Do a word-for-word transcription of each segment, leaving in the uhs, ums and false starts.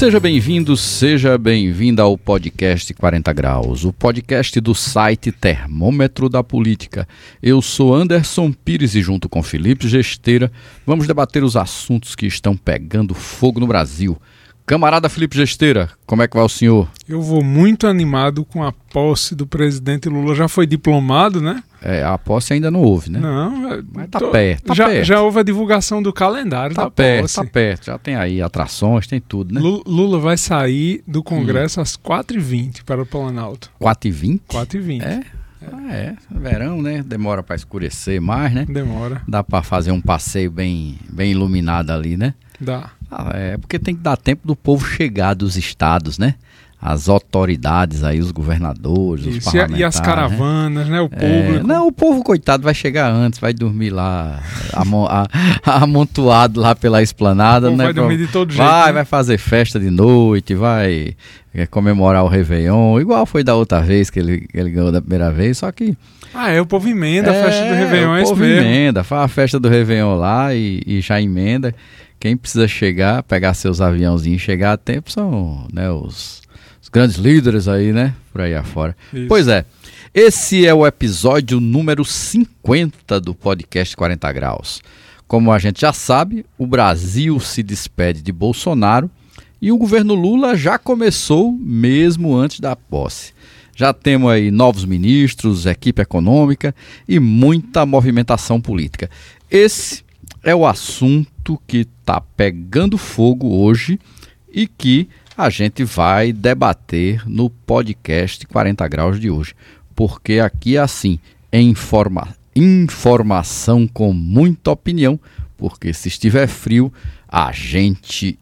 Seja bem-vindo, seja bem-vinda ao podcast quarenta graus, o podcast do site Termômetro da Política. Eu sou Anderson Pires e junto com Felipe Gesteira vamos debater os assuntos que estão pegando fogo no Brasil. Camarada Felipe Gesteira, como é que vai o senhor? Eu vou muito animado com a posse do presidente Lula. Já foi diplomado, né? É, a posse ainda não houve, né? Não, mas tá tô, perto, tá já, perto. Já houve a divulgação do calendário tá da perto, posse. Tá perto, já tem aí atrações, tem tudo, né? Lula vai sair do Congresso hum. às quatro e vinte para o Planalto. quatro e vinte? quatro e vinte. É? É. Ah, é, verão, né? Demora para escurecer mais, né? Demora. Dá para fazer um passeio bem, bem iluminado ali, né? Dá. Ah, é porque tem que dar tempo do povo chegar dos estados, né? As autoridades aí, os governadores, Isso, os parlamentares. E as caravanas, né? né? O público. É, não, o povo, coitado, vai chegar antes, vai dormir lá, amo, a, amontoado lá pela esplanada. O povo né? vai dormir de todo jeito. Vai, né? vai fazer festa de noite, vai comemorar o Réveillon, igual foi da outra vez que ele, ele ganhou da primeira vez, só que... Ah, é, o povo emenda é, a festa do Réveillon, é isso mesmo. O povo emenda, faz a festa do Réveillon lá e, e já emenda. Quem precisa chegar, pegar seus aviãozinhos e chegar a tempo são, né, os, os grandes líderes aí, né, por aí afora. Isso. Pois é, esse é o episódio número cinquenta do podcast quarenta graus. Como a gente já sabe, o Brasil se despede de Bolsonaro e o governo Lula já começou mesmo antes da posse. Já temos aí novos ministros, equipe econômica e muita movimentação política. Esse é o assunto que está pegando fogo hoje e que a gente vai debater no podcast quarenta graus de hoje. Porque aqui é assim, informa, informação com muita opinião, porque se estiver frio, a gente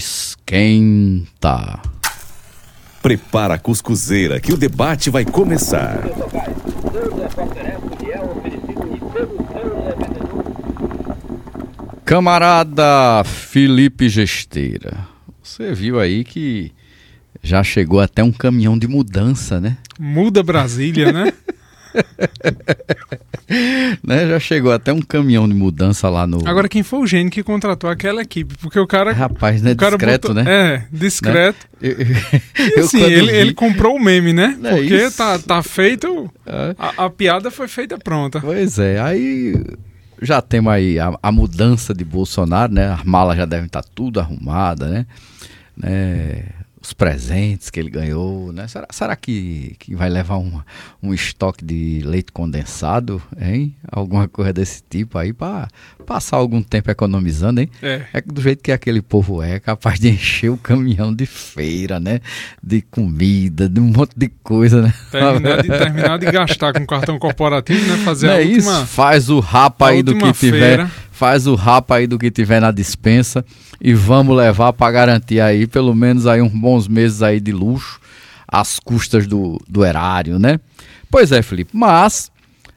esquenta. Prepara a cuscuzeira que o debate vai começar. Camarada Felipe Gesteira, você viu aí que já chegou até um caminhão de mudança, né? Muda Brasília, né? né? Já chegou até um caminhão de mudança lá no... Agora, quem foi o gênio que contratou aquela equipe? Porque o cara... Rapaz, né? Discreto, botou... né? É, discreto. Né? Eu, e assim, ele, vi... ele comprou o meme, né? É Porque isso. tá, tá feito... É. A, a piada foi feita pronta. Pois é, aí... Já temos aí a, a mudança de Bolsonaro, né? As malas já devem estar tudo arrumadas, né? né? Os presentes que ele ganhou, né? Será, será que, que vai levar um, um estoque de leite condensado, hein? Alguma coisa desse tipo aí para passar algum tempo economizando, hein? É. É que do jeito que aquele povo é, capaz de encher o caminhão de feira, né? De comida, de um monte de coisa, né? Terminar de, terminar de gastar com cartão corporativo, né? Fazer Não a é última... Isso? Faz o rapa aí do que tiver... Feira. Faz o rapa aí do que tiver na dispensa e vamos levar para garantir aí pelo menos aí uns bons meses aí de luxo às custas do, do erário, né? Pois é, Felipe, mas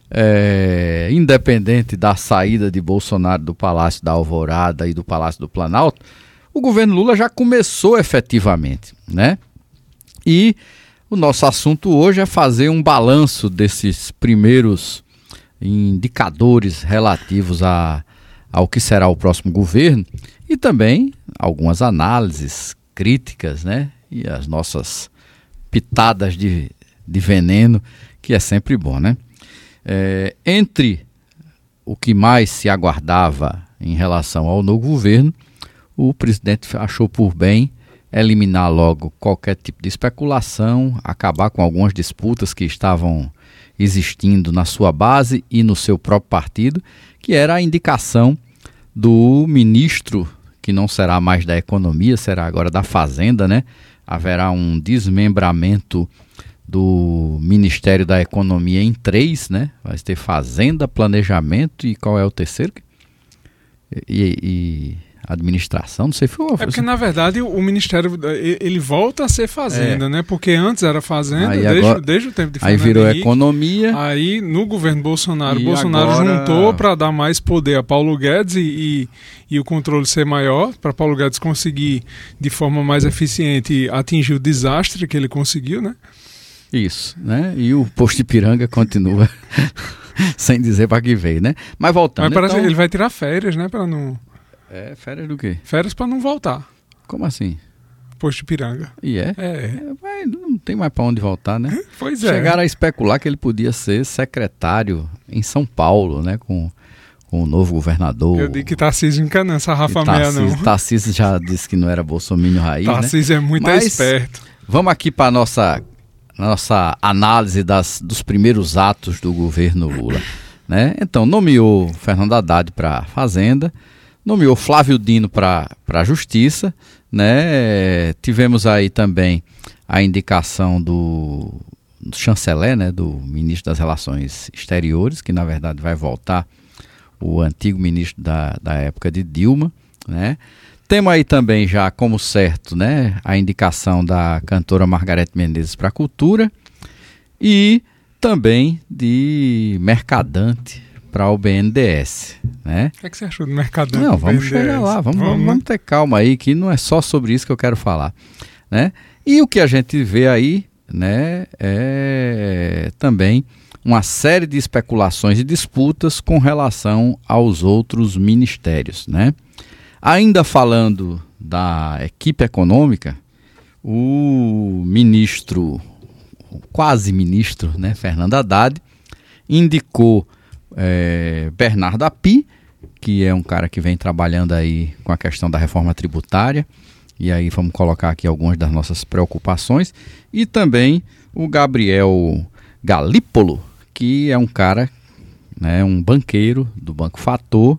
é, independente da saída de Bolsonaro do Palácio da Alvorada e do Palácio do Planalto, o governo Lula já começou efetivamente, né? E o nosso assunto hoje é fazer um balanço desses primeiros indicadores relativos a ao que será o próximo governo e também algumas análises críticas, né? E as nossas pitadas de, de veneno, que é sempre bom, né? É, entre o que mais se aguardava em relação ao novo governo, o presidente achou por bem eliminar logo qualquer tipo de especulação, acabar com algumas disputas que estavam existindo na sua base e no seu próprio partido, que era a indicação do ministro, que não será mais da economia, será agora da fazenda, né? Haverá um desmembramento do Ministério da Economia em três, né? Vai ter fazenda, planejamento e qual é o terceiro? E... e... administração, não sei. Foi, é porque, na verdade, o Ministério ele volta a ser Fazenda, é. né? Porque antes era Fazenda, desde, agora, desde o tempo de Fernando Aí virou Henrique. Economia. Aí, no governo Bolsonaro, e Bolsonaro agora... juntou para dar mais poder a Paulo Guedes e, e, e o controle ser maior, para Paulo Guedes conseguir, de forma mais eficiente, atingir o desastre que ele conseguiu, né? Isso, né? E o posto de Ipiranga continua sem dizer para que veio, né? Mas voltando. Mas parece então... que ele vai tirar férias, né? Para não... É, férias do quê? Férias para não voltar. Como assim? posto Ipiranga. E é? É. é mas não tem mais para onde voltar, né? Pois é. Chegaram a especular que ele podia ser secretário em São Paulo, né? Com, com o novo governador. Eu digo que Tarcísio encana essa Rafa Meia, não. Tarcísio já disse que não era bolsominion raiz, Tarcísio né? é muito Mas esperto. Vamos aqui para a nossa, nossa análise das, dos primeiros atos do governo Lula, né? Então, nomeou Fernando Haddad para a Fazenda, nomeou Flávio Dino para a Justiça, né? Tivemos aí também a indicação do, do chanceler, né? Do ministro das Relações Exteriores, que na verdade vai voltar o antigo ministro da, da época de Dilma, né? Temos aí também já como certo, né, a indicação da cantora Margareth Menezes para a Cultura e também de Mercadante para o B N D E S, né? O que, é que você achou do Mercadante? Não, vamos chegar lá, vamos, vamos, vamos ter calma aí, que não é só sobre isso que eu quero falar, né? E o que a gente vê aí, né, é também uma série de especulações e disputas com relação aos outros ministérios, né? Ainda falando da equipe econômica, o ministro, quase ministro, né, Fernando Haddad, indicou é, Bernardo Api, que é um cara que vem trabalhando aí com a questão da reforma tributária, e aí vamos colocar aqui algumas das nossas preocupações, e também o Gabriel Galípolo, que é um cara, né, um banqueiro do Banco Fator,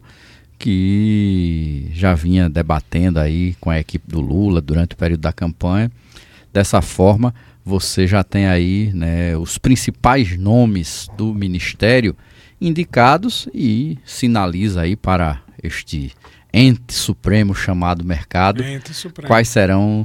que já vinha debatendo aí com a equipe do Lula durante o período da campanha. Dessa forma, você já tem aí, né, os principais nomes do Ministério indicados e sinaliza aí para este ente supremo chamado mercado Ente supremo. Quais serão,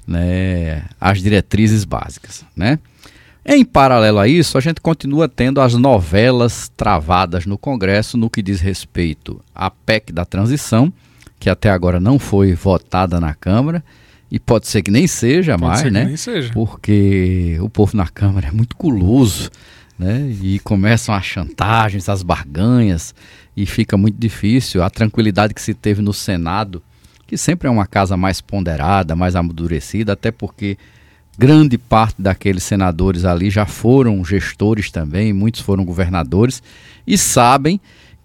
né, as diretrizes básicas, né? Em paralelo a isso, a gente continua tendo as novelas travadas no Congresso no que diz respeito à P E C da transição, que até agora não foi votada na Câmara, e pode ser que nem seja pode mais, ser né? Que nem seja. Porque o povo na Câmara é muito guloso, né? E começam as chantagens, as barganhas, e fica muito difícil. A tranquilidade que se teve no Senado, que sempre é uma casa mais ponderada, mais amadurecida, até porque grande parte daqueles senadores ali já foram gestores também, muitos foram governadores e sabem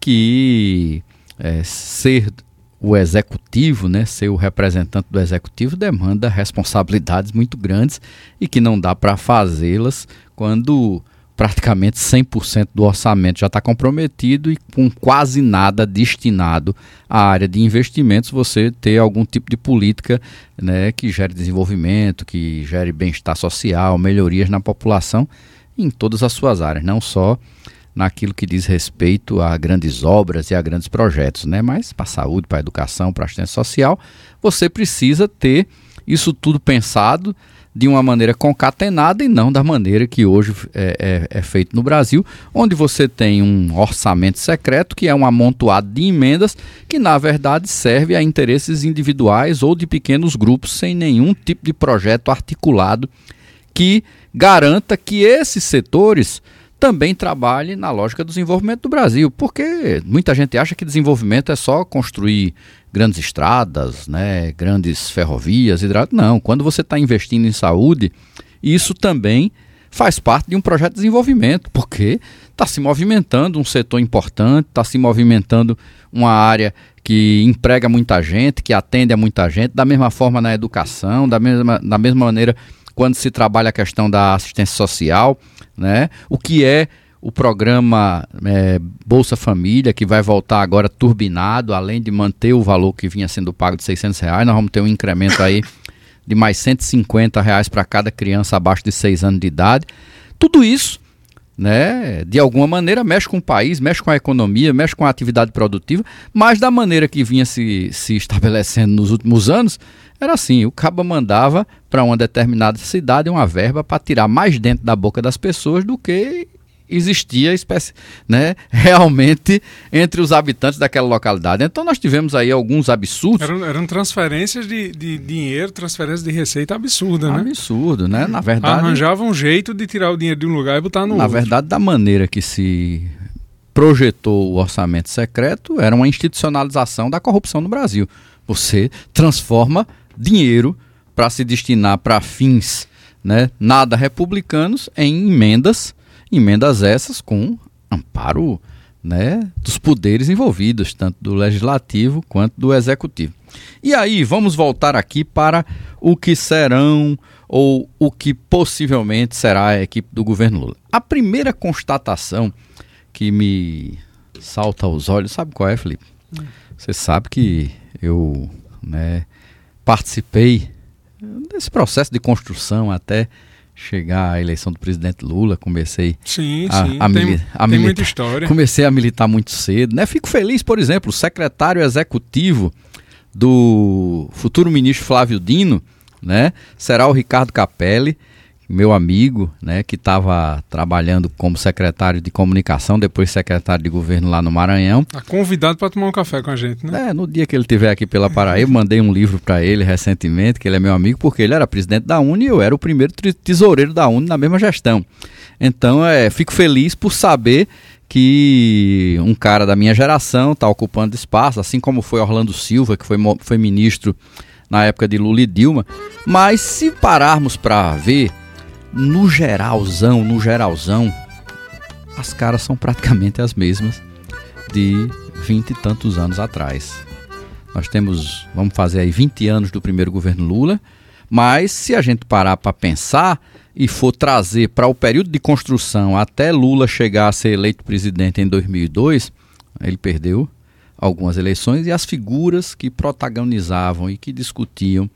que é, ser o executivo, né, ser o representante do executivo demanda responsabilidades muito grandes e que não dá para fazê-las quando praticamente cem por cento do orçamento já está comprometido e com quase nada destinado à área de investimentos, você ter algum tipo de política, né, que gere desenvolvimento, que gere bem-estar social, melhorias na população em todas as suas áreas, não só naquilo que diz respeito a grandes obras e a grandes projetos, né, mas para a saúde, para a educação, para a assistência social, você precisa ter isso tudo pensado de uma maneira concatenada e não da maneira que hoje é, é, é feito no Brasil, onde você tem um orçamento secreto, que é um amontoado de emendas, que na verdade serve a interesses individuais ou de pequenos grupos, sem nenhum tipo de projeto articulado que garanta que esses setores também trabalhem na lógica do desenvolvimento do Brasil, porque muita gente acha que desenvolvimento é só construir grandes estradas, né, grandes ferrovias, hidráulicas. Não, quando você está investindo em saúde, isso também faz parte de um projeto de desenvolvimento, porque está se movimentando um setor importante, está se movimentando uma área que emprega muita gente, que atende a muita gente, da mesma forma na educação, da mesma, da mesma maneira quando se trabalha a questão da assistência social, né, o que é o programa é, Bolsa Família, que vai voltar agora turbinado, além de manter o valor que vinha sendo pago de seiscentos reais, nós vamos ter um incremento aí de mais cento e cinquenta reais para cada criança abaixo de seis anos de idade. Tudo isso, né, de alguma maneira mexe com o país, mexe com a economia, mexe com a atividade produtiva, mas da maneira que vinha se, se estabelecendo nos últimos anos, era assim, o caba mandava para uma determinada cidade uma verba para tirar mais dentro da boca das pessoas do que existia espécie, né, realmente entre os habitantes daquela localidade. Então nós tivemos aí alguns absurdos. Eram, eram transferências de, de dinheiro, transferências de receita absurda, né? Absurdo, né? Na verdade, arranjava um jeito de tirar o dinheiro de um lugar e botar no na outro. Na verdade, da maneira que se projetou o orçamento secreto, era uma institucionalização da corrupção no Brasil. Você transforma dinheiro para se destinar para fins, né, nada republicanos em emendas, emendas essas com amparo, né, dos poderes envolvidos, tanto do legislativo quanto do executivo. E aí, vamos voltar aqui para o que serão ou o que possivelmente será a equipe do governo Lula. A primeira constatação que me salta aos olhos, sabe qual é, Felipe? Hum. Você sabe que eu, né, participei desse processo de construção até chegar à eleição do presidente Lula. Comecei sim, a, sim. a, tem, mili- a tem militar, muita história. Comecei a militar muito cedo, né? Fico feliz, por exemplo, o secretário executivo do futuro ministro Flávio Dino, né, será o Ricardo Capelli, meu amigo, né, que estava trabalhando como secretário de comunicação, depois secretário de governo lá no Maranhão. Está convidado para tomar um café com a gente, né? É, no dia que ele estiver aqui pela Paraíba, mandei um livro para ele recentemente, que ele é meu amigo, porque ele era presidente da Uni e eu era o primeiro tesoureiro da Uni na mesma gestão. Então, é, fico feliz por saber que um cara da minha geração está ocupando espaço, assim como foi Orlando Silva, que foi, foi ministro na época de Lula e Dilma. Mas se pararmos para ver, no geralzão, no geralzão, as caras são praticamente as mesmas de vinte e tantos anos atrás. Nós temos, vamos fazer aí vinte anos do primeiro governo Lula, mas se a gente parar para pensar e for trazer para o período de construção até Lula chegar a ser eleito presidente em dois mil e dois, ele perdeu algumas eleições e as figuras que protagonizavam e que discutiam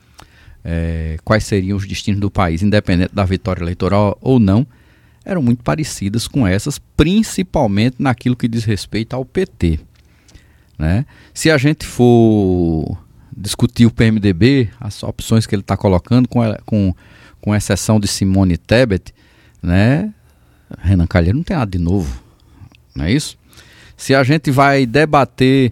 É, quais seriam os destinos do país, independente da vitória eleitoral ou não, eram muito parecidas com essas, principalmente naquilo que diz respeito ao P T, né? Se a gente for discutir o P M D B, as opções que ele está colocando, com, com, com exceção de Simone Tebet, né, Renan Calheiros não tem nada de novo, não é isso? Se a gente vai debater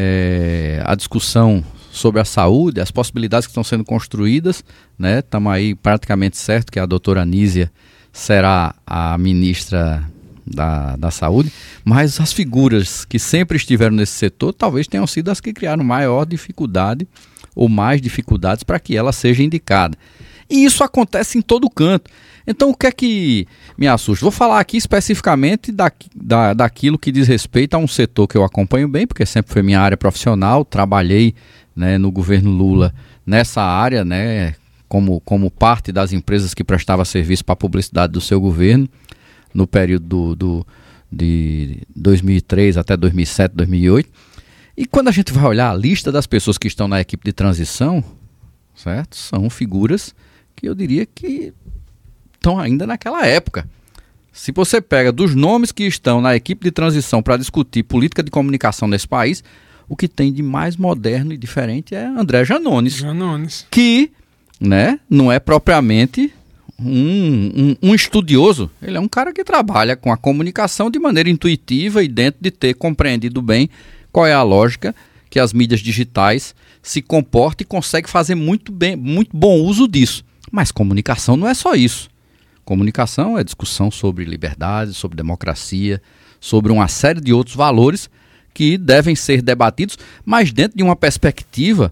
é, a discussão sobre a saúde, as possibilidades que estão sendo construídas, né? Estamos aí praticamente certo que a doutora Anísia será a ministra da, da saúde, mas as figuras que sempre estiveram nesse setor talvez tenham sido as que criaram maior dificuldade ou mais dificuldades para que ela seja indicada. E isso acontece em todo canto. Então o que é que me assusta? Vou falar aqui especificamente da, da, daquilo que diz respeito a um setor que eu acompanho bem, porque sempre foi minha área profissional, trabalhei, né, no governo Lula nessa área, né, como, como parte das empresas que prestava serviço para a publicidade do seu governo no período do, do, de dois mil e três até dois mil e sete, dois mil e oito. E quando a gente vai olhar a lista das pessoas que estão na equipe de transição, certo? São figuras que eu diria que estão ainda naquela época. Se você pega dos nomes que estão na equipe de transição para discutir política de comunicação nesse país, o que tem de mais moderno e diferente é André Janones. Janones. Que, né, não é propriamente um, um, um estudioso. Ele é um cara que trabalha com a comunicação de maneira intuitiva e dentro de ter compreendido bem qual é a lógica que as mídias digitais se comportam e consegue fazer muito bem, muito bom uso disso. Mas comunicação não é só isso. Comunicação é discussão sobre liberdade, sobre democracia, sobre uma série de outros valores que devem ser debatidos, mas dentro de uma perspectiva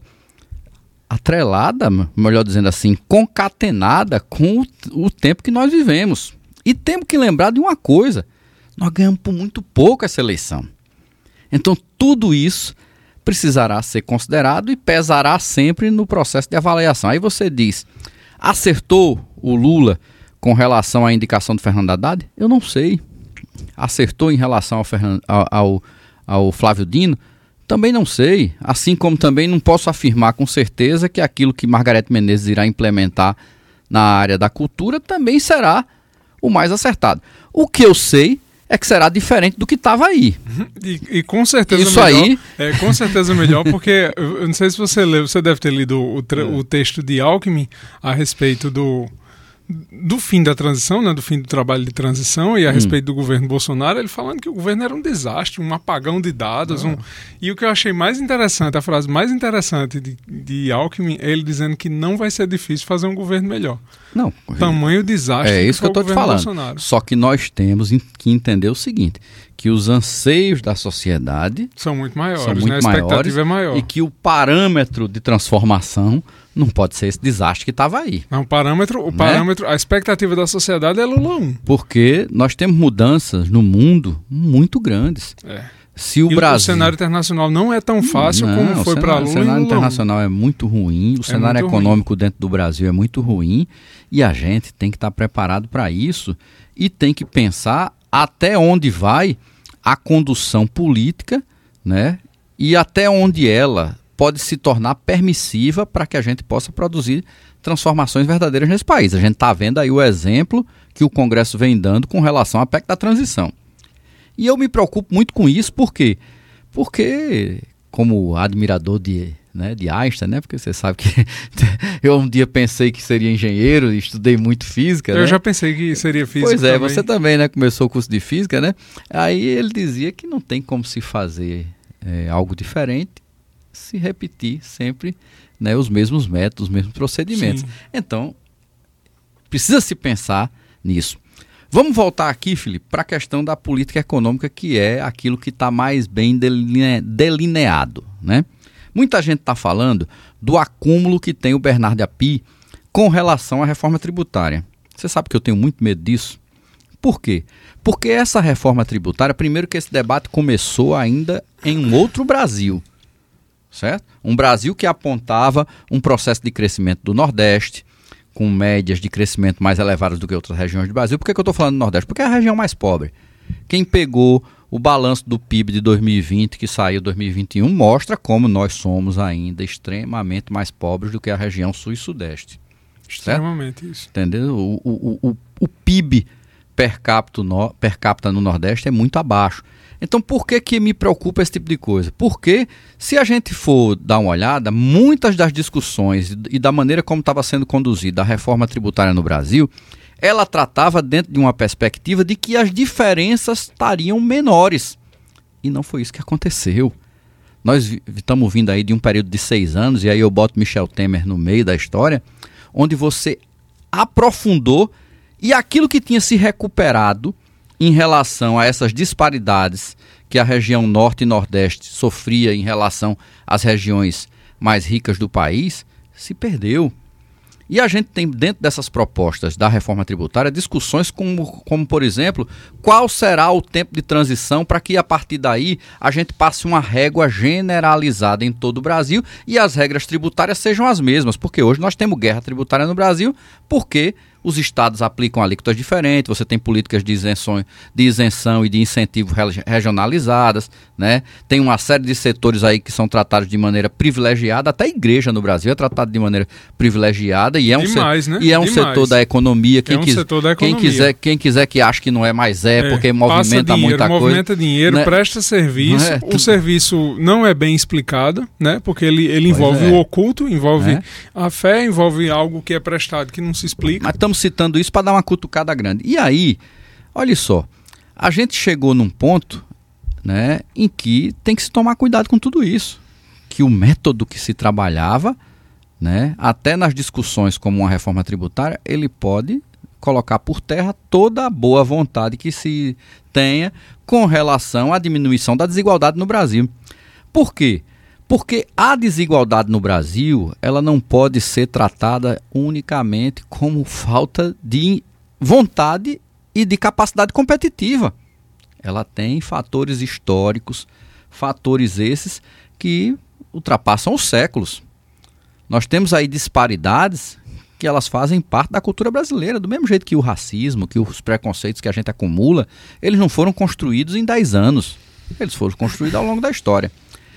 atrelada, melhor dizendo assim, concatenada com o, o tempo que nós vivemos. E temos que lembrar de uma coisa, nós ganhamos por muito pouco essa eleição. Então tudo isso precisará ser considerado e pesará sempre no processo de avaliação. Aí você diz, acertou o Lula com relação à indicação do Fernando Haddad? Eu não sei. Acertou em relação ao, Fernan, ao, ao ao Flávio Dino? Também não sei, assim como também não posso afirmar com certeza que aquilo que Margareth Menezes irá implementar na área da cultura também será o mais acertado. O que eu sei é que será diferente do que estava aí. E, e com certeza Isso melhor. Aí... É, com certeza melhor, porque eu não sei se você leu, você deve ter lido o, tra- o texto de Alckmin a respeito do do fim da transição, né, do fim do trabalho de transição e a hum. respeito do governo Bolsonaro, ele falando que o governo era um desastre, um apagão de dados. Um... E o que eu achei mais interessante, a frase mais interessante de, de Alckmin, é ele dizendo que não vai ser difícil fazer um governo melhor. Não. Tamanho desastre. É isso que eu estou te falando. Bolsonaro. Só que nós temos que entender o seguinte, que os anseios da sociedade são muito maiores, são muito né? A maiores expectativa é maior. E que o parâmetro de transformação não pode ser esse desastre que estava aí. Não, o parâmetro, o né? parâmetro, a expectativa da sociedade é Lula um. Porque nós temos mudanças no mundo muito grandes. É. Se o e Brasil... o cenário internacional não é tão fácil não, como foi para Lula. O cenário Lula internacional um. é muito ruim, o é cenário econômico ruim. dentro do Brasil é muito ruim, e a gente tem que estar preparado para isso e tem que pensar até onde vai a condução política, né? E até onde ela pode se tornar permissiva para que a gente possa produzir transformações verdadeiras nesse país. A gente está vendo aí o exemplo que o Congresso vem dando com relação à P E C da transição. E eu me preocupo muito com isso, por quê? Porque, como admirador de, né, de Einstein, né, porque você sabe que eu um dia pensei que seria engenheiro, estudei muito física. Eu né? já pensei que seria física. Pois é, também. Você também, né, começou o curso de física, né? Aí ele dizia que não tem como se fazer é, algo diferente se repetir sempre, né, os mesmos métodos, os mesmos procedimentos. Sim. Então, precisa se pensar nisso. Vamos voltar aqui, Felipe, para a questão da política econômica, que é aquilo que está mais bem deline- delineado, né? Muita gente está falando do acúmulo que tem o Bernardo Api com relação à reforma tributária. Você sabe que eu tenho muito medo disso? Por quê? Porque essa reforma tributária, primeiro que esse debate começou ainda em um outro Brasil, certo? Um Brasil que apontava um processo de crescimento do Nordeste, com médias de crescimento mais elevadas do que outras regiões do Brasil. Por que, que eu estou falando do Nordeste? Porque é a região mais pobre. Quem pegou o balanço do P I B de dois mil e vinte, que saiu em dois mil e vinte e um, mostra como nós somos ainda extremamente mais pobres do que a região Sul e Sudeste. Extremamente certo? Isso. Entendeu? O, o, o, o P I B per capita, no, per capita no Nordeste é muito abaixo. Então, por que que me preocupa esse tipo de coisa? Porque, se a gente for dar uma olhada, muitas das discussões e da maneira como estava sendo conduzida a reforma tributária no Brasil, ela tratava dentro de uma perspectiva de que as diferenças estariam menores. E não foi isso que aconteceu. Nós estamos vindo aí de um período de seis anos, e aí eu boto Michel Temer no meio da história, onde você aprofundou e aquilo que tinha se recuperado em relação a essas disparidades que a região norte e nordeste sofria em relação às regiões mais ricas do país, se perdeu. E a gente tem dentro dessas propostas da reforma tributária discussões como, como por exemplo, qual será o tempo de transição para que a partir daí a gente passe uma régua generalizada em todo o Brasil e as regras tributárias sejam as mesmas, porque hoje nós temos guerra tributária no Brasil, porque os estados aplicam alíquotas diferentes, você tem políticas de isenção, de isenção e de incentivo regionalizadas, né? Tem uma série de setores aí que são tratados de maneira privilegiada, até a igreja no Brasil é tratada de maneira privilegiada e é um, Demais, se... né? e é um Demais. setor da economia. Quem, é um quis... setor da economia. Quem, quiser, quem quiser que ache que não é, mais é, é porque movimenta dinheiro, muita coisa. Movimenta dinheiro, né? Presta serviço, é? o serviço não é bem explicado, né? Porque ele, ele envolve é. o oculto, envolve é. a fé, envolve algo que é prestado que não se explica. Mas estamos citando isso para dar uma cutucada grande. E aí, olha só, a gente chegou num ponto, né, em que tem que se tomar cuidado com tudo isso. Que o método que se trabalhava, né, até nas discussões como uma reforma tributária, ele pode colocar por terra toda a boa vontade que se tenha com relação à diminuição da desigualdade no Brasil. Por quê? Porque a desigualdade no Brasil, ela não pode ser tratada unicamente como falta de vontade e de capacidade competitiva. Ela tem fatores históricos, fatores esses que ultrapassam os séculos. Nós temos aí disparidades que elas fazem parte da cultura brasileira, do mesmo jeito que o racismo, que os preconceitos que a gente acumula, eles não foram construídos em dez anos, eles foram construídos ao longo da história.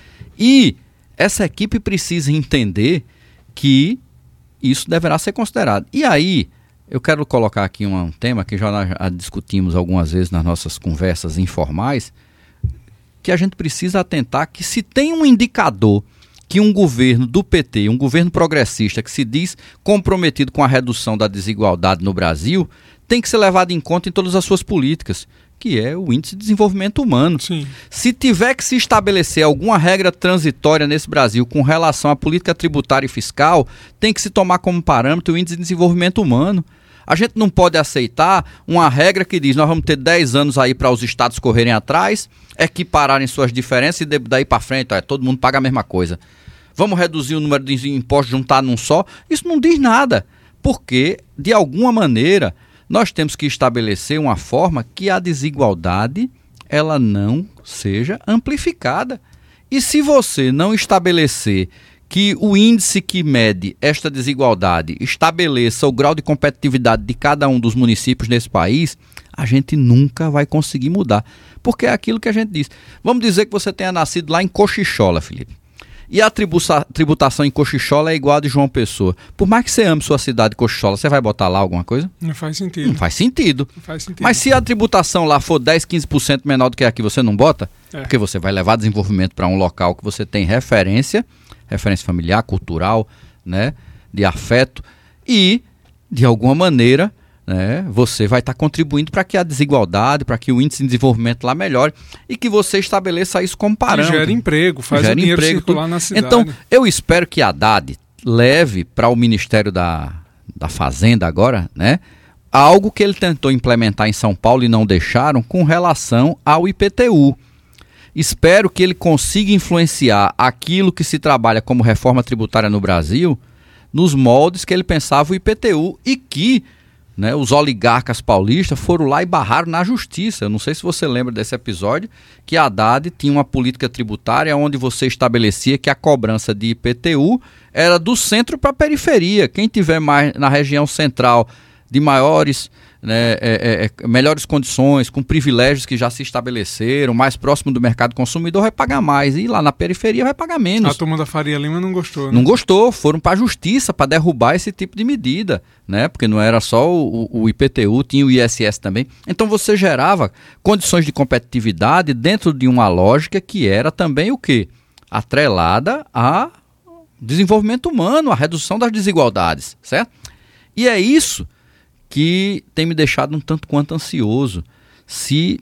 E essa equipe precisa entender que isso deverá ser considerado. E aí, eu quero colocar aqui um, um tema que já nós já discutimos algumas vezes nas nossas conversas informais, que a gente precisa atentar que se tem um indicador que um governo do P T, um governo progressista que se diz comprometido com a redução da desigualdade no Brasil, tem que ser levado em conta em todas as suas políticas, que é o Índice de Desenvolvimento Humano. Sim. Se tiver que se estabelecer alguma regra transitória nesse Brasil com relação à política tributária e fiscal, tem que se tomar como parâmetro o Índice de Desenvolvimento Humano. A gente não pode aceitar uma regra que diz nós vamos ter dez anos aí para os estados correrem atrás, equipararem suas diferenças e daí para frente ó, todo mundo paga a mesma coisa. vamos reduzir o número de impostos, juntar num só. Isso não diz nada, porque, de alguma maneira, nós temos que estabelecer uma forma que a desigualdade ela não seja amplificada. E se você não estabelecer que o índice que mede esta desigualdade estabeleça o grau de competitividade de cada um dos municípios nesse país, a gente nunca vai conseguir mudar. Porque é aquilo que a gente diz. Vamos dizer que você tenha nascido lá em Cochichola, Felipe. E a tributa- tributação em Cochichola é igual a de João Pessoa. Por mais que você ame sua cidade de Cochichola, você vai botar lá alguma coisa? Não faz sentido. Não faz sentido. Não faz sentido. Mas se a tributação lá for dez, quinze por cento menor do que aqui, você não bota? É. Porque você vai levar desenvolvimento para um local que você tem referência, referência familiar, cultural, né, de afeto, e, de alguma maneira, né, você vai estar tá contribuindo para que a desigualdade, para que o índice de desenvolvimento lá melhore e que você estabeleça isso como parâmetro. Que gera emprego, faz gera o dinheiro emprego, circular tudo. na cidade. Então, eu espero que a Haddad leve para o Ministério da, da Fazenda agora, né, algo que ele tentou implementar em São Paulo e não deixaram com relação ao I P T U. Espero que ele consiga influenciar aquilo que se trabalha como reforma tributária no Brasil nos moldes que ele pensava o I P T U e que, né, os oligarcas paulistas foram lá e barraram na justiça. Eu não sei se você lembra desse episódio, que a Haddad tinha uma política tributária onde você estabelecia que a cobrança de I P T U era do centro para a periferia. Quem tiver mais na região central de maiores, né, é, é, melhores condições, com privilégios que já se estabeleceram, mais próximo do mercado consumidor, vai pagar mais. E lá na periferia vai pagar menos. A turma da Faria Lima não gostou, né? Não gostou, foram para a justiça para derrubar esse tipo de medida, né? Porque não era só o, o I P T U, tinha o I S S também. Então você gerava condições de competitividade dentro de uma lógica que era também o quê? Atrelada a desenvolvimento humano, a redução das desigualdades, certo? E é isso que tem me deixado um tanto quanto ansioso. Se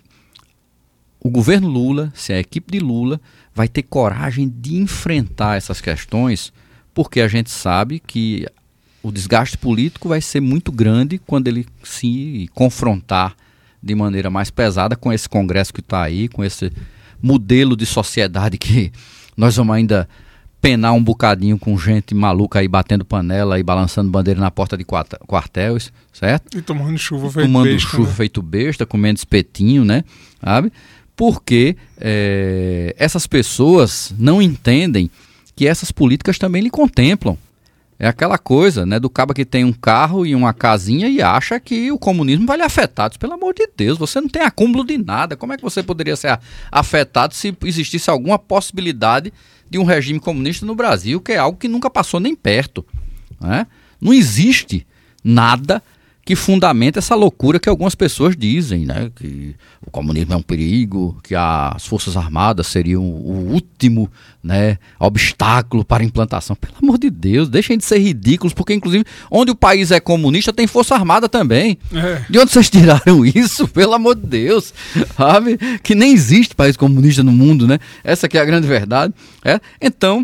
o governo Lula, se a equipe de Lula vai ter coragem de enfrentar essas questões, porque a gente sabe que o desgaste político vai ser muito grande quando ele se confrontar de maneira mais pesada com esse Congresso que está aí, com esse modelo de sociedade que nós vamos ainda penar um bocadinho com gente maluca aí batendo panela e balançando bandeira na porta de quartéis, certo? E tomando chuva feito tomando besta. chuva né? feito besta, comendo espetinho, né? Sabe? Porque é, essas pessoas não entendem que essas políticas também lhe contemplam. É aquela coisa, né, do cabo que tem um carro e uma casinha e acha que o comunismo vai lhe afetar. Pelo amor de Deus, você não tem acúmulo de nada. Como é que você poderia ser afetado se existisse alguma possibilidade de um regime comunista no Brasil, que é algo que nunca passou nem perto, né? Não existe nada que fundamenta essa loucura que algumas pessoas dizem, né? Que o comunismo é um perigo, que as Forças Armadas seriam o último, né, obstáculo para a implantação. Pelo amor de Deus, deixem de ser ridículos, porque inclusive onde o país é comunista tem Força Armada também. É. De onde vocês tiraram isso? Pelo amor de Deus, sabe? Que nem existe país comunista no mundo, né? Essa que é a grande verdade. É? Então,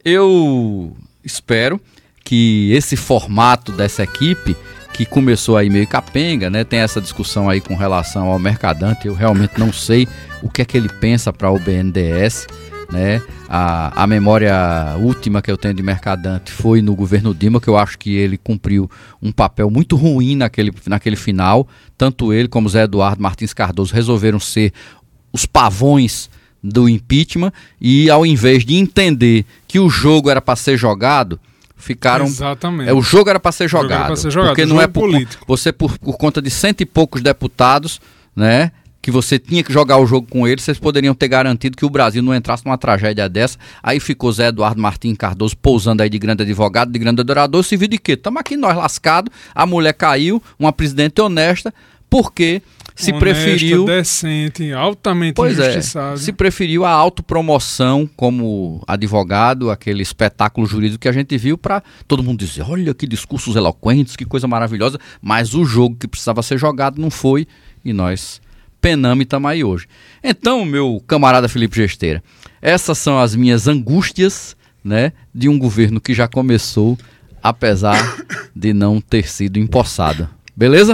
eu espero que esse formato dessa equipe, que começou aí meio capenga, né? Tem essa discussão aí com relação ao Mercadante. Eu realmente não sei o que é que ele pensa para o B N D E S, né? A, a memória última que eu tenho de Mercadante foi no governo Dilma, que eu acho que ele cumpriu um papel muito ruim naquele, naquele final. Tanto ele como Zé Eduardo Martins Cardoso resolveram ser os pavões do impeachment e, ao invés de entender que o jogo era para ser jogado, ficaram. Exatamente. É, o jogo era para ser jogado. Era pra ser jogado. Porque o não jogo é por, político. você por, por conta de cento e poucos deputados, né, que você tinha que jogar o jogo com eles, vocês poderiam ter garantido que o Brasil não entrasse numa tragédia dessa. Aí ficou Zé Eduardo Martins Cardoso pousando aí de grande advogado, de grande adorador. Se viu de quê? Estamos aqui nós lascados, a mulher caiu, uma presidente honesta, porque se Honesta, preferiu... decente, altamente Pois é, injustiçado. se preferiu a autopromoção como advogado, aquele espetáculo jurídico que a gente viu, para todo mundo dizer, olha que discursos eloquentes, que coisa maravilhosa, mas o jogo que precisava ser jogado não foi, e nós penamos e estamos aí hoje. Então, meu camarada Felipe Gesteira, essas são as minhas angústias, né, de um governo que já começou, apesar de não ter sido empossado. Beleza?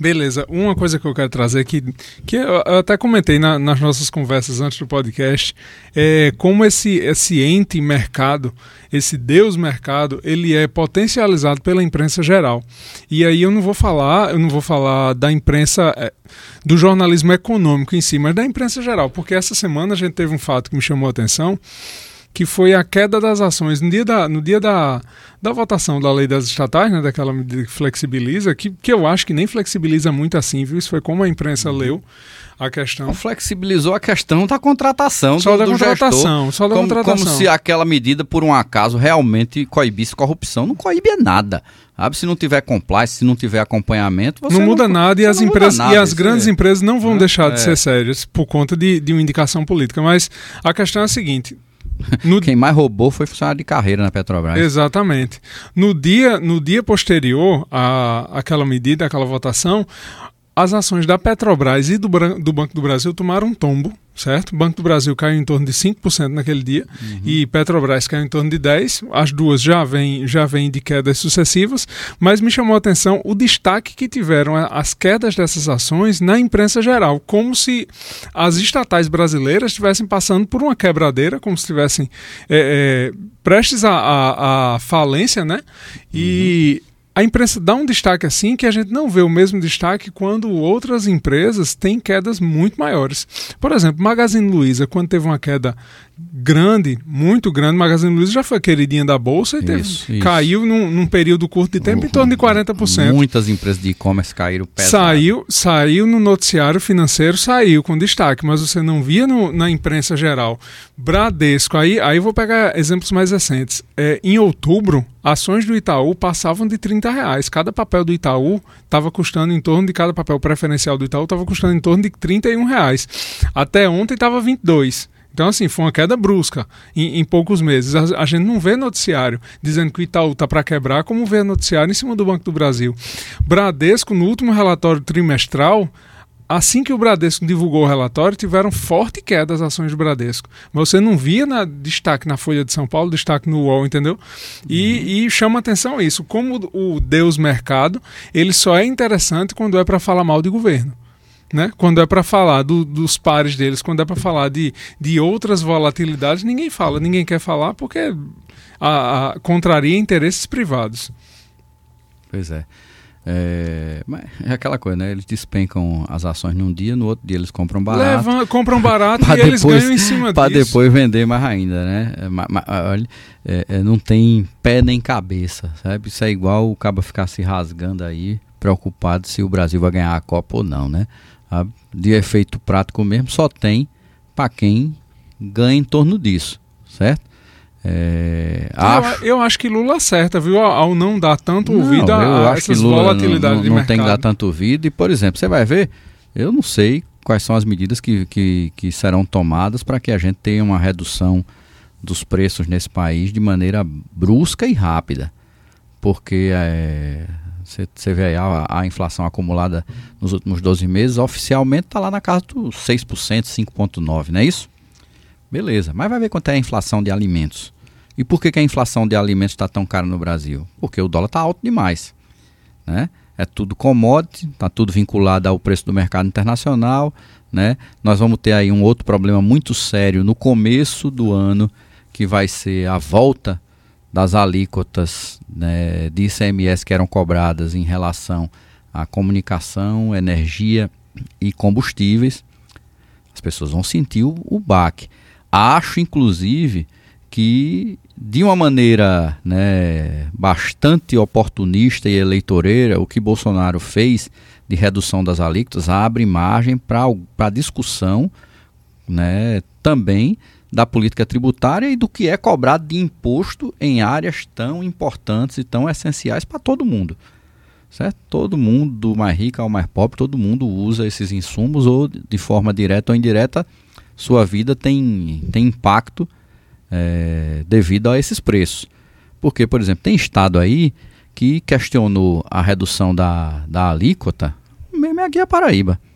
Beleza, uma coisa que eu quero trazer que, que eu até comentei na, nas nossas conversas antes do podcast, é como esse, esse ente mercado, esse Deus mercado, ele é potencializado pela imprensa geral. E aí eu não vou falar, eu não vou falar da imprensa, é, do jornalismo econômico em si, mas da imprensa geral, porque essa semana a gente teve um fato que me chamou a atenção, que foi a queda das ações no dia da, no dia da, da votação da lei das estatais, né, daquela medida que flexibiliza, que, que eu acho que nem flexibiliza muito assim, viu? Isso foi como a imprensa uhum. leu a questão. Não flexibilizou a questão da contratação só do, da do contratação, gestor, só da como, contratação. como se aquela medida, por um acaso, realmente coibisse corrupção. Não coíbe nada. Sabe? Se não tiver compliance, se não tiver acompanhamento, você não muda não, nada e as empresas nada, e as grandes é. empresas não vão é, deixar de é. ser sérias por conta de, de uma indicação política. Mas a questão é a seguinte. No... Quem mais roubou foi funcionário de carreira na Petrobras. Exatamente. No dia, no dia posterior à, àquela medida, àquela votação, as ações da Petrobras e do, do Banco do Brasil tomaram um tombo, certo? O Banco do Brasil caiu em torno de cinco por cento naquele dia uhum. e Petrobras caiu em torno de dez por cento. As duas já vêm já vêm de quedas sucessivas, mas me chamou a atenção o destaque que tiveram as quedas dessas ações na imprensa geral, como se as estatais brasileiras estivessem passando por uma quebradeira, como se estivessem é, é, prestes à a, a, a falência, né? E... Uhum. A imprensa dá um destaque assim que a gente não vê o mesmo destaque quando outras empresas têm quedas muito maiores. Por exemplo, Magazine Luiza, quando teve uma queda grande, muito grande, Magazine Luiza já foi queridinha da Bolsa e teve, isso, isso. caiu num, num período curto de tempo uhum. em torno de quarenta por cento. Muitas empresas de e-commerce caíram pesado. Saiu, saiu no noticiário financeiro, saiu com destaque, mas você não via no, na imprensa geral. Bradesco, aí, aí vou pegar exemplos mais recentes. É, em outubro, ações do Itaú passavam de trinta reais. Cada papel do Itaú estava custando em torno de, cada papel preferencial do Itaú estava custando em torno de trinta e um reais. Até ontem estava vinte e dois. Então, assim, foi uma queda brusca em, em poucos meses. A, a gente não vê noticiário dizendo que o Itaú está para quebrar, como vê noticiário em cima do Banco do Brasil. Bradesco, no último relatório trimestral, assim que o Bradesco divulgou o relatório, tiveram forte queda as ações do Bradesco. Mas você não via na, destaque na Folha de São Paulo, destaque no U O L, entendeu? E, uhum. e chama atenção isso. Como o Deus mercado, ele só é interessante quando é para falar mal de governo. Né? Quando é para falar do, dos pares deles, quando é para falar de, de outras volatilidades, ninguém fala, ninguém quer falar porque a, a, contraria interesses privados. Pois é. É, mas é aquela coisa, né? Eles despencam as ações num dia, no outro dia eles compram barato. Levam, compram barato e depois, eles ganham em cima pra disso. Para depois vender mais ainda, né? Mas, mas, olha, é, é, não tem pé nem cabeça, sabe? Isso é igual o cabo ficar se rasgando aí, preocupado se o Brasil vai ganhar a Copa ou não, né? De efeito prático mesmo, só tem para quem ganha em torno disso, certo? É, eu, acho... eu acho que Lula acerta, viu? Ao não dar tanto não, ouvido a, a essas volatilidades não, não, de não mercado. Não tem que dar tanto ouvido. E, por exemplo, você vai ver, eu não sei quais são as medidas que, que, que serão tomadas para que a gente tenha uma redução dos preços nesse país de maneira brusca e rápida. Porque é, você vê aí a, a inflação acumulada nos últimos doze meses, oficialmente está lá na casa dos seis por cento, cinco vírgula nove por cento, não é isso? Beleza, mas vai ver quanto é a inflação de alimentos. E por que, que a inflação de alimentos está tão cara no Brasil? Porque o dólar está alto demais, né? É tudo commodity, está tudo vinculado ao preço do mercado internacional, né? Nós vamos ter aí um outro problema muito sério no começo do ano, que vai ser a volta das alíquotas, né, de I C M S que eram cobradas em relação à comunicação, energia e combustíveis. As pessoas vão sentir o, o baque. Acho, inclusive, que de uma maneira, né, bastante oportunista e eleitoreira, o que Bolsonaro fez de redução das alíquotas abre margem para a discussão, né, também da política tributária e do que é cobrado de imposto em áreas tão importantes e tão essenciais para todo mundo. Certo? Todo mundo, do mais rico ao mais pobre, todo mundo usa esses insumos ou de forma direta ou indireta, sua vida tem, tem impacto é, devido a esses preços. Porque, por exemplo, tem estado aí que questionou a redução da, da alíquota, mesmo aqui a Paraíba.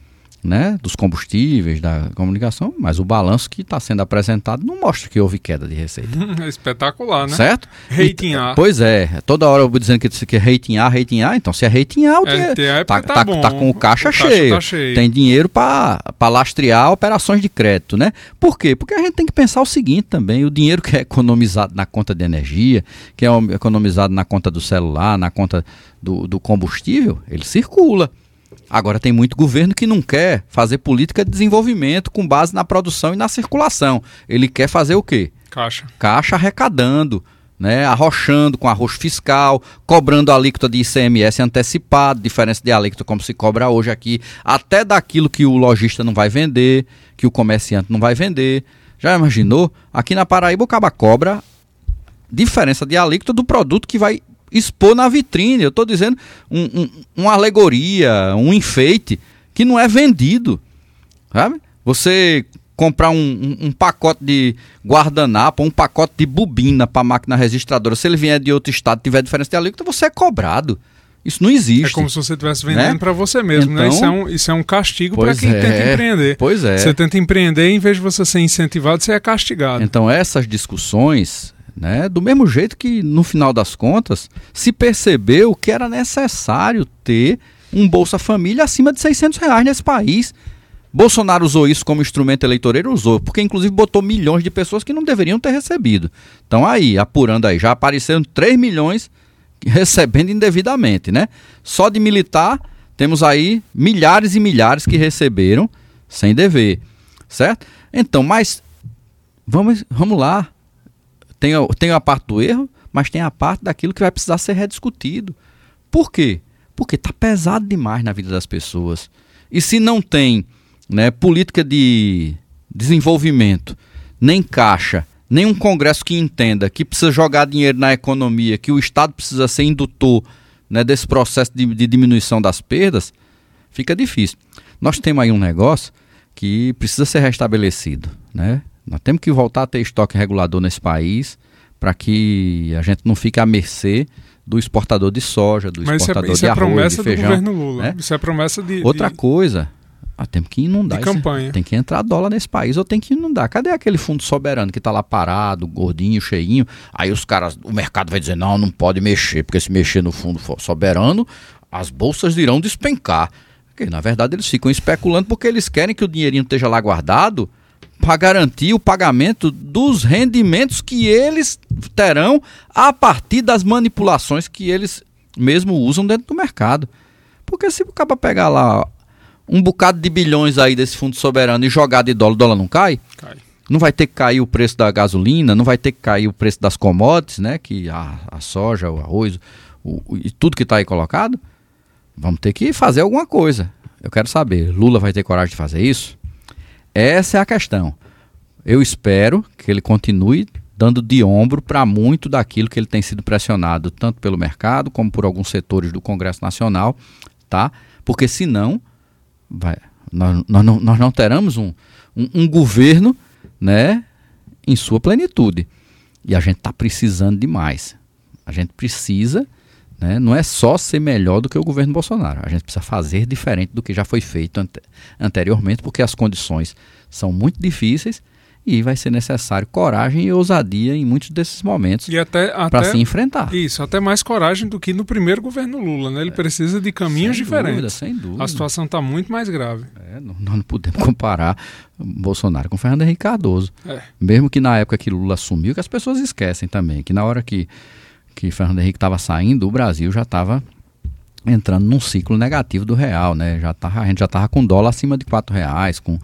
né, dos combustíveis, da comunicação, mas o balanço que está sendo apresentado não mostra que houve queda de receita. É espetacular, né? Certo? Rating e, A. Pois é, toda hora eu vou dizendo que isso aqui é rating A, rating A, então se é rating A, o é, que é, tá, tá, tá, bom. tá com o caixa, o caixa cheio. Tá cheio, tem dinheiro para lastrear operações de crédito, né? Por quê? Porque a gente tem que pensar o seguinte também, o dinheiro que é economizado na conta de energia, que é economizado na conta do celular, na conta do, do combustível, ele circula. Agora tem muito governo que não quer fazer política de desenvolvimento com base na produção e na circulação. Ele quer fazer o quê? Caixa. Caixa arrecadando, né? Arrochando com arrocho fiscal, cobrando alíquota de I C M S antecipado, diferença de alíquota como se cobra hoje aqui, até daquilo que o lojista não vai vender, que o comerciante não vai vender. Já imaginou? Aqui na Paraíba o caba cobra diferença de alíquota do produto que vai expor na vitrine. Eu estou dizendo um, um, uma alegoria, um enfeite que não é vendido, sabe? Você comprar um, um, um pacote de guardanapo, um pacote de bobina para a máquina registradora, se ele vier de outro estado e tiver diferença de alíquota, você é cobrado. Isso não existe. É como se você estivesse vendendo, né, para você mesmo, então, né? Isso é um, isso é um castigo para quem é, tenta empreender. Pois é. Você tenta empreender, em vez de você ser incentivado, você é castigado. Então essas discussões, né, do mesmo jeito que no final das contas se percebeu que era necessário ter um Bolsa Família acima de seiscentos reais nesse país. Bolsonaro usou isso como instrumento eleitoreiro, usou, porque inclusive botou milhões de pessoas que não deveriam ter recebido. Então aí, apurando aí, já apareceram três milhões recebendo indevidamente, né? Só de militar temos aí milhares e milhares que receberam sem dever, certo? Então, mas vamos, vamos lá. Tem, tem a parte do erro, mas tem a parte daquilo que vai precisar ser rediscutido. Por quê? Porque está pesado demais na vida das pessoas. E se não tem, né, política de desenvolvimento, nem caixa, nem um Congresso que entenda que precisa jogar dinheiro na economia, que o Estado precisa ser indutor, né, desse processo de, de diminuição das perdas, fica difícil. Nós temos aí um negócio que precisa ser restabelecido, né? Nós temos que voltar a ter estoque regulador nesse país para que a gente não fique à mercê do exportador de soja, do Mas exportador isso é, isso de arroz, é de feijão. promessa do governo Lula. Né? Isso é promessa de... Outra de... coisa, ah, temos que inundar. De esse, campanha. Tem que entrar dólar nesse país ou tem que inundar. Cadê aquele fundo soberano que está lá parado, gordinho, cheinho? Aí os caras, o mercado vai dizer, não, não pode mexer, porque se mexer no fundo soberano, as bolsas irão despencar. Porque, na verdade, eles ficam especulando porque eles querem que o dinheirinho esteja lá guardado para garantir o pagamento dos rendimentos que eles terão a partir das manipulações que eles mesmo usam dentro do mercado. Porque se o cara pegar lá um bocado de bilhões aí desse fundo soberano e jogar de dólar, o dólar não cai? Cai. Não vai ter que cair o preço da gasolina, não vai ter que cair o preço das commodities, né? Que a, a soja, o arroz o, o, e tudo que está aí colocado. Vamos ter que fazer alguma coisa. Eu quero saber, Lula vai ter coragem de fazer isso? Essa é a questão. Eu espero que ele continue dando de ombro para muito daquilo que ele tem sido pressionado, tanto pelo mercado como por alguns setores do Congresso Nacional, tá? Porque senão vai, nós, nós, não, nós não teremos um, um, um governo, né, em sua plenitude. E a gente está precisando demais. A gente precisa, né, não é só ser melhor do que o governo Bolsonaro. A gente precisa fazer diferente do que já foi feito ante, anteriormente, porque as condições são muito difíceis e vai ser necessário coragem e ousadia em muitos desses momentos para se enfrentar. Isso, até mais coragem do que no primeiro governo Lula, né? Ele é, precisa de caminhos sem diferentes. Dúvida, sem dúvida. A situação está muito mais grave. É, não, nós não podemos comparar Bolsonaro com Fernando Henrique Cardoso. É. Mesmo que na época que Lula assumiu, que as pessoas esquecem também, que na hora que, que Fernando Henrique estava saindo, o Brasil já estava entrando num ciclo negativo do real, né? Já tava, a gente já estava com dólar acima de quatro reais, com,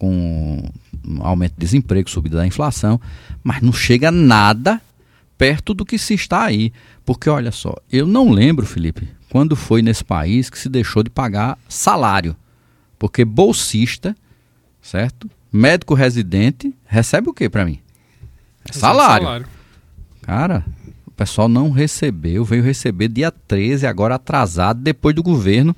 com um aumento de desemprego, subida da inflação, mas não chega nada perto do que se está aí. Porque, olha só, eu não lembro, Felipe, quando foi nesse país que se deixou de pagar salário. Porque bolsista, certo? Médico residente, recebe o que para mim? É salário. salário. Cara, o pessoal não recebeu, veio receber dia treze, agora atrasado, depois do governo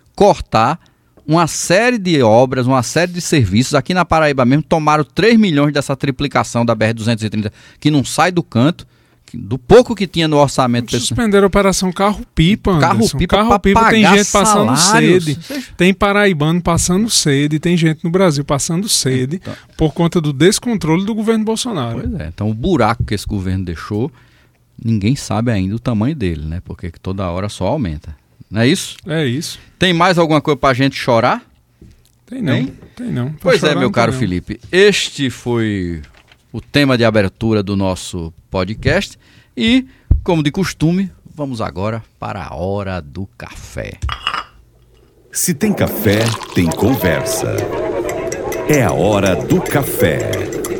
cortar uma série de obras, uma série de serviços. Aqui na Paraíba mesmo tomaram três milhões dessa triplicação da B R duzentos e trinta, que não sai do canto, do pouco que tinha no orçamento. Suspenderam a operação Carro-Pipa, Carro-Pipa, Carro-Pipa tem gente passando salários. sede, tem paraibano passando sede, tem gente no Brasil passando sede então, por conta do descontrole do governo Bolsonaro. Pois é, então o buraco que esse governo deixou, ninguém sabe ainda o tamanho dele, né? Porque toda hora só aumenta. Não é isso? É isso. Tem mais alguma coisa pra gente chorar? Tem não, hein? tem não. Pra pois é, meu caro não. Felipe, este foi o tema de abertura do nosso podcast e, como de costume, vamos agora para a hora do café. Se tem café, tem conversa. É a hora do café.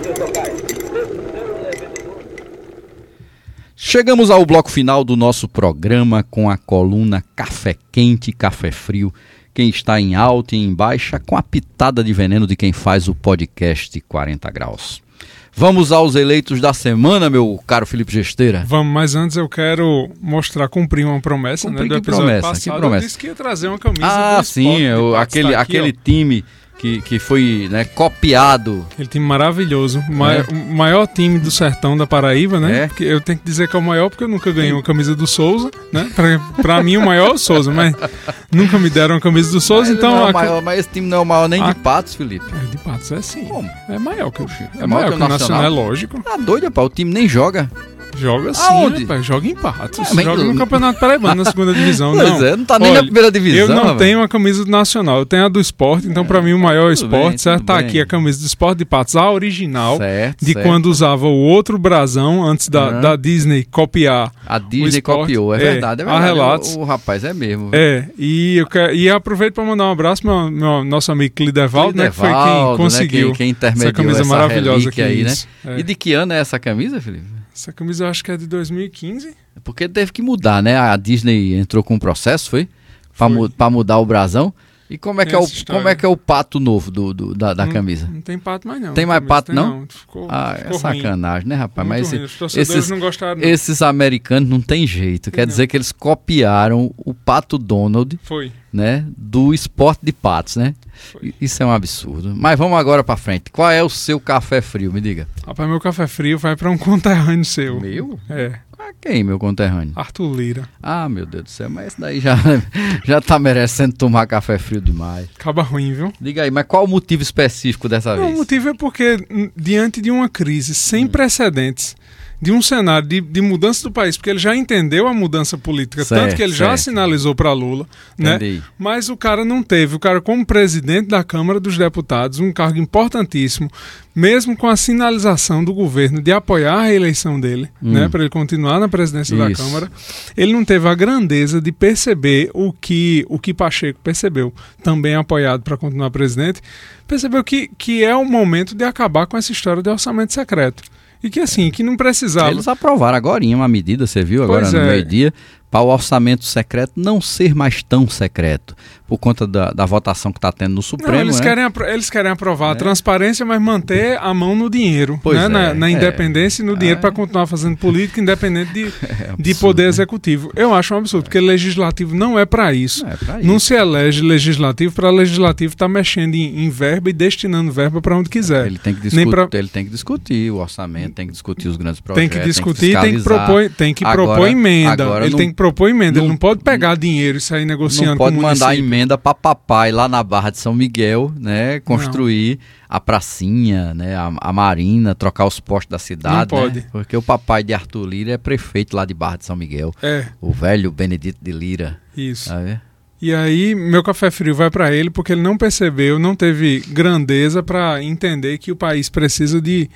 Chegamos ao bloco final do nosso programa com a coluna Café Quente, Café Frio. Quem está em alta e em baixa, com a pitada de veneno de quem faz o podcast quarenta graus. Vamos aos eleitos da semana, meu caro Felipe Gesteira. Vamos, mas antes eu quero mostrar, cumprir uma promessa, cumprir, né, do que episódio promessa, passado. que promessa? Eu disse que ia trazer uma camisa ah, do sim, eu, aquele, tá aqui, aquele time que, que foi, né, copiado. Aquele time maravilhoso, o maior, é. o maior time do sertão da Paraíba, né? É. Porque eu tenho que dizer que é o maior porque eu nunca ganhei uma camisa do Souza, né? Pra, pra mim o maior é o Souza, mas nunca me deram uma camisa do Souza, mas então... Não é a... o maior, mas esse time não é o maior nem a... de Patos, Felipe. É, de Patos é sim. Como? É maior que o... É, é maior que o Nacional. Nacional, é lógico. Tá doido, pá, o time nem joga. Joga sim, Aonde? rapaz, joga em Patos. É, mas... Joga no Campeonato Paraibano, na segunda divisão. Pois não. é, não tá nem Olha, na primeira divisão. Eu não rapaz. tenho a camisa do Nacional, eu tenho a do Esporte, então é, pra mim o maior esporte, bem, certo? Tá bem. aqui a camisa do Esporte de Patos, a original, certo, de certo. quando usava o outro brasão, antes da, uhum. da Disney copiar. A Disney o esporte. copiou, é, é verdade, é verdade. Há relatos. O, o rapaz é mesmo. É, e eu quero, e aproveito para mandar um abraço ao meu, meu nosso amigo Clidevaldo, né, que foi quem conseguiu né, quem, quem intermediou essa camisa essa maravilhosa aqui aí, né? É. E de que ano é essa camisa, Felipe? Essa camisa eu acho que é de dois mil e quinze. Porque teve que mudar, né? A Disney entrou com um processo, foi? Pra, mu pra mudar o brasão. E como é, que é, o, como é que é o pato novo do, do, da, da não, camisa? Não tem pato mais não. Tem mais pato tem, não? não. Ficou, ah, ficou é sacanagem, ruim. né, rapaz? Muito Mas ruim. esse, Os torcedores esses, não gostaram. Não. Esses americanos não tem jeito. Quer não. dizer que eles copiaram o Pato Donald, Foi. né, do esporte de patos, né? Foi. Isso é um absurdo. Mas vamos agora pra frente. Qual é o seu café frio? Me diga. Rapaz, meu café frio vai pra um conterrâneo seu. Meu? É. Ah, quem, meu conterrâneo? Arthur Lira. Ah, meu Deus do céu, mas esse daí já, já tá merecendo tomar café frio demais. Acaba ruim, viu? Diga aí, mas qual o motivo específico dessa Não, vez? o motivo é porque, diante de uma crise sem hum. precedentes, de um cenário de, de mudança do país, porque ele já entendeu a mudança política, certo, tanto que ele certo. já sinalizou para Lula, Entendi. né? Mas o cara não teve. O cara, como presidente da Câmara dos Deputados, um cargo importantíssimo, mesmo com a sinalização do governo de apoiar a reeleição dele, hum. né, para ele continuar na presidência Isso. da Câmara, ele não teve a grandeza de perceber o que, o que Pacheco percebeu, também apoiado para continuar presidente, percebeu que, que é o momento de acabar com essa história de orçamento secreto. E que assim, que não precisava... Eles aprovaram agora uma medida, você viu, agora pois no é. meio-dia, para o orçamento secreto não ser mais tão secreto, por conta da, da votação que está tendo no Supremo. Não, eles, né? querem, eles querem aprovar é. a transparência, mas manter a mão no dinheiro, pois né? é, na, na é. independência e no dinheiro é. para continuar fazendo política, independente de, é absurdo, de poder né? executivo. Eu acho um absurdo, porque legislativo não é para isso. Não, é pra não isso. se elege legislativo para legislativo estar tá mexendo em, em verba e destinando verba para onde quiser. Ele tem, que discutir, pra... ele tem que discutir o orçamento, tem que discutir os grandes projetos. Tem que discutir, tem que, tem que propor, tem que agora, propor emenda. Ele não, tem que propor emenda. Não, ele não pode pegar dinheiro e sair negociando não pode com o mandar município. emenda para papai lá na Barra de São Miguel, né? Construir não. a pracinha, né? A, a marina, trocar os postos da cidade. Não pode. Né? Porque o papai de Arthur Lira é prefeito lá de Barra de São Miguel. É. O velho Benedito de Lira. Isso. Tá vendo? E aí, meu café frio vai para ele porque ele não percebeu, não teve grandeza para entender que o país precisa de,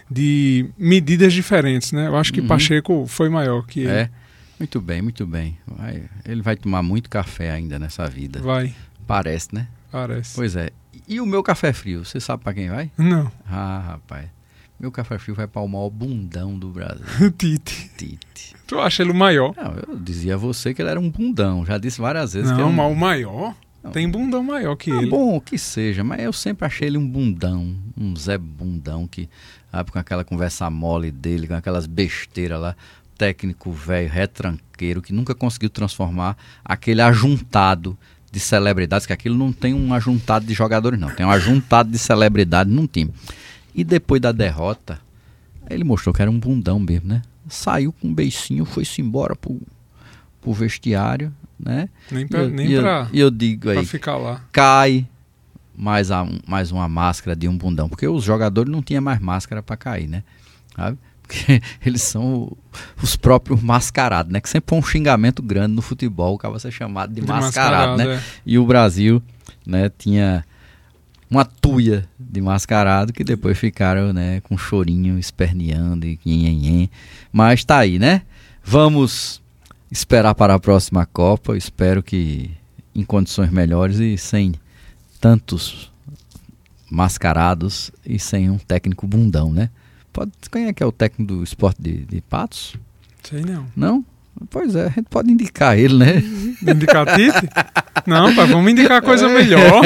de medidas diferentes, né? Eu acho que uhum. Pacheco foi maior que ele. É, muito bem, muito bem. Vai, ele vai tomar muito café ainda nessa vida. Vai. Parece, né? Parece. Pois é. E o meu café frio, você sabe para quem vai? Não. Ah, rapaz. Meu café frio vai para o maior bundão do Brasil. Tite. Tite. Tu acha ele o maior? Não, eu dizia a você que ele era um bundão. Já disse várias vezes não, que era um... mas o maior? Não. Tem bundão maior que ah, ele. Bom, que seja, mas eu sempre achei ele um bundão. Um Zé Bundão que, sabe, com aquela conversa mole dele, com aquelas besteiras lá. Técnico velho, retranqueiro, que nunca conseguiu transformar aquele ajuntado de celebridades, que aquilo não tem um ajuntado de jogadores, não. Tem um ajuntado de celebridade num time. E depois da derrota, ele mostrou que era um bundão mesmo, né? saiu com um beicinho, foi-se embora pro, pro vestiário, né? Nem pra, e eu, nem e pra, eu, eu digo pra aí, ficar lá. Cai mais, a, mais uma máscara de um bundão, porque os jogadores não tinham mais máscara para cair, né? Sabe? Porque eles são os próprios mascarados, né? Que sempre foi um xingamento grande no futebol, acaba ser chamado de, de mascarado, mascarado, né? É. E o Brasil, né, tinha uma tuia de mascarado que depois ficaram, né, com chorinho, esperneando e nhenhenhen. Mas tá aí, né? Vamos esperar para a próxima Copa. Espero que em condições melhores e sem tantos mascarados e sem um técnico bundão, né? Pode, quem é que é o técnico do Sport de, de Patos? Sei não. Não? Pois é, a gente pode indicar ele, né? Indicar Tite? Não, pai, vamos indicar coisa melhor,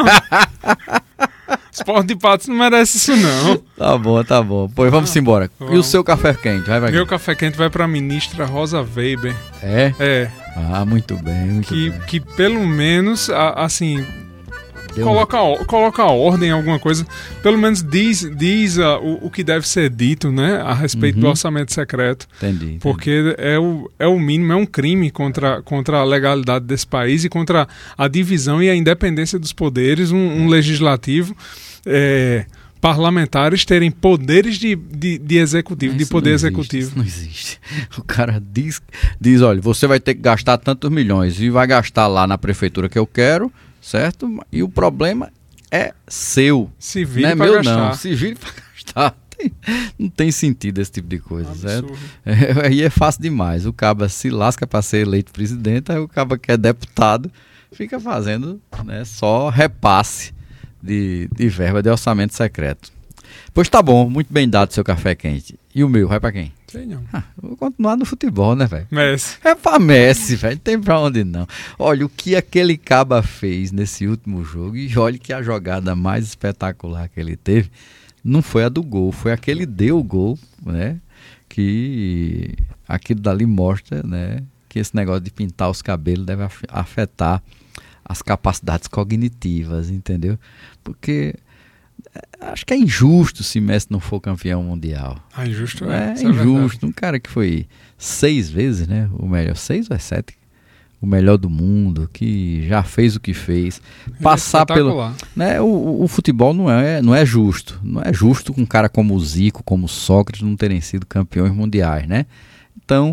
não. Sport de Patos não merece isso, não. Tá bom, tá bom. Pois vamos ah, embora. Vamos. E o seu café quente? Vai pra Meu café quente vai pra ministra Rosa Weber. É? É. Ah, muito bem, muito que, bem. Que pelo menos, assim... Deu Coloca, um... coloca ordem em alguma coisa, pelo menos diz, diz uh, o, o que deve ser dito, né, a respeito uhum. do orçamento secreto. Entendi, entendi. Porque é o, é o mínimo, é um crime contra, contra a legalidade desse país e contra a divisão e a independência dos poderes, um, um legislativo, é, parlamentares terem poderes de, de, de executivo, de poder existe, executivo. Isso não existe. O cara diz, diz, olha, você vai ter que gastar tantos milhões e vai gastar lá na prefeitura que eu quero, certo? E o problema é seu. Se vire não é pra meu, gastar. não. Se vire para gastar. Tem, não tem sentido esse tipo de coisa, certo? É, aí é fácil demais. O caba se lasca para ser eleito presidente, aí o caba que é deputado fica fazendo, né, só repasse de, de verba de orçamento secreto. Pois tá bom, muito bem dado seu café quente. E o meu, vai pra quem? Sei não. Ah, vou continuar no futebol, né, velho? Messi. É pra Messi, velho. Não tem pra onde não. Olha, o que aquele caba fez nesse último jogo, e olha que a jogada mais espetacular que ele teve não foi a do gol, foi a que ele deu o gol, né? Que aquilo dali mostra, né, que esse negócio de pintar os cabelos deve afetar as capacidades cognitivas, entendeu? Porque acho que é injusto se Messi não for campeão mundial. Ah, injusto é. É, é injusto. É um cara que foi seis vezes, né? O melhor, seis ou é sete? O melhor do mundo, que já fez o que fez. Passar é pelo. Né, o, o futebol não é, não é justo. Não é justo com um cara como o Zico, como o Sócrates não terem sido campeões mundiais, né? Então,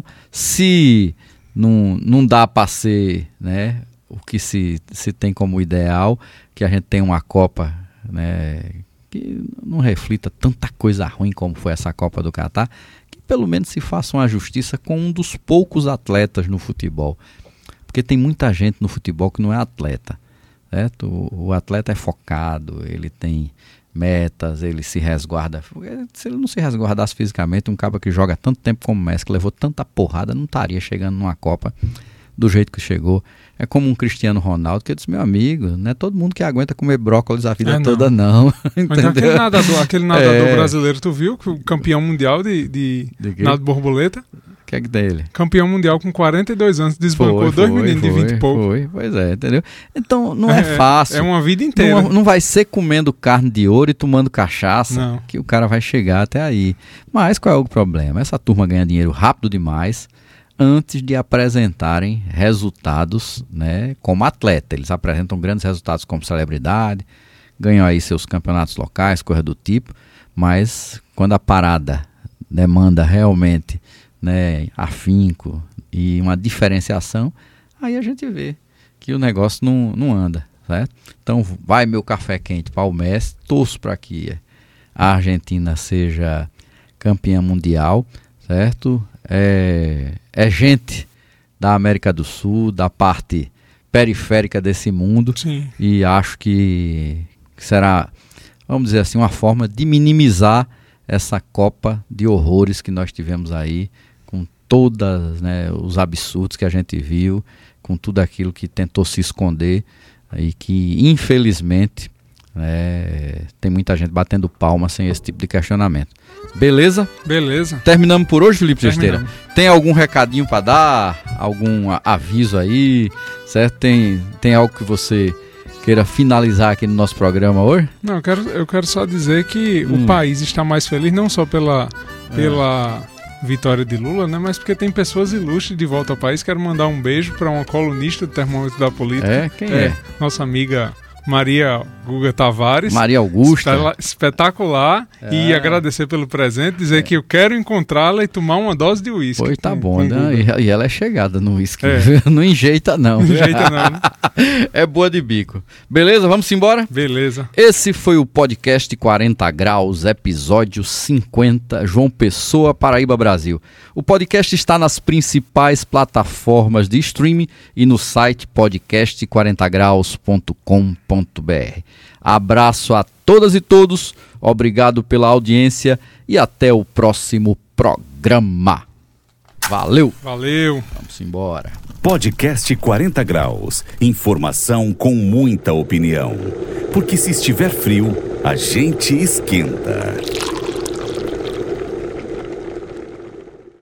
se não, não dá para ser, né, o que se, se tem como ideal, que a gente tenha uma Copa, né, que não reflita tanta coisa ruim como foi essa Copa do Catar, que pelo menos se faça uma justiça com um dos poucos atletas no futebol. Porque tem muita gente no futebol que não é atleta, certo? O, o atleta é focado, ele tem metas, ele se resguarda. Se ele não se resguardasse fisicamente, um cara que joga tanto tempo como o Messi, que levou tanta porrada, não estaria chegando numa Copa do jeito que chegou. É como um Cristiano Ronaldo, que eu disse, meu amigo, não é todo mundo que aguenta comer brócolis a vida é, toda, não. Mas aquele nadador, aquele nadador é. brasileiro, tu viu? Que o campeão mundial de, de, de nado borboleta. O que é que tem ele? Campeão mundial com quarenta e dois anos, desbancou foi, dois foi, meninos foi, de vinte e pouco. Foi, pois é, entendeu? Então não é, é fácil. É uma vida inteira. Não, não vai ser comendo carne de ouro e tomando cachaça não. que o cara vai chegar até aí. Mas qual é o problema? Essa turma ganha dinheiro rápido demais antes de apresentarem resultados, né, como atleta. Eles apresentam grandes resultados como celebridade, ganham aí seus campeonatos locais, coisa do tipo, mas quando a parada demanda realmente, né, afinco e uma diferenciação, aí a gente vê que o negócio não, não anda, certo? Então vai meu café quente para o Messi, torço para que a Argentina seja campeã mundial, certo? É, é gente da América do Sul, da parte periférica desse mundo. Sim. E acho que, que será, vamos dizer assim, uma forma de minimizar essa Copa de horrores que nós tivemos aí, com todos, né, os absurdos que a gente viu, com tudo aquilo que tentou se esconder e que infelizmente, é, tem muita gente batendo palma sem esse tipo de questionamento. Beleza? Beleza. Terminamos por hoje, Felipe Gesteira. Tem algum recadinho para dar? Algum aviso aí? Certo? Tem, tem algo que você queira finalizar aqui no nosso programa hoje? Não, eu quero, eu quero só dizer que hum. o país está mais feliz não só pela, pela, vitória de Lula, né? Mas porque tem pessoas ilustres de volta ao país. Quero mandar um beijo para uma colunista do Termômetro da Política. É? Quem é? é? Nossa amiga Maria Guga Tavares. Maria Augusta. Espetacular. É. E agradecer pelo presente, dizer é. que eu quero encontrá-la e tomar uma dose de uísque. Pois tá com, bom, com né? E ela é chegada no uísque. É. Não enjeita não. Não enjeita não, né? É boa de bico. Beleza? Vamos embora? Beleza. Esse foi o podcast quarenta graus, episódio cinquenta, João Pessoa, Paraíba, Brasil. O podcast está nas principais plataformas de streaming e no site podcast quarenta graus ponto com ponto b r. Abraço a todas e todos, obrigado pela audiência e até o próximo programa. Valeu! Valeu! Vamos embora. Podcast quarenta graus. Informação com muita opinião. Porque se estiver frio, a gente esquenta.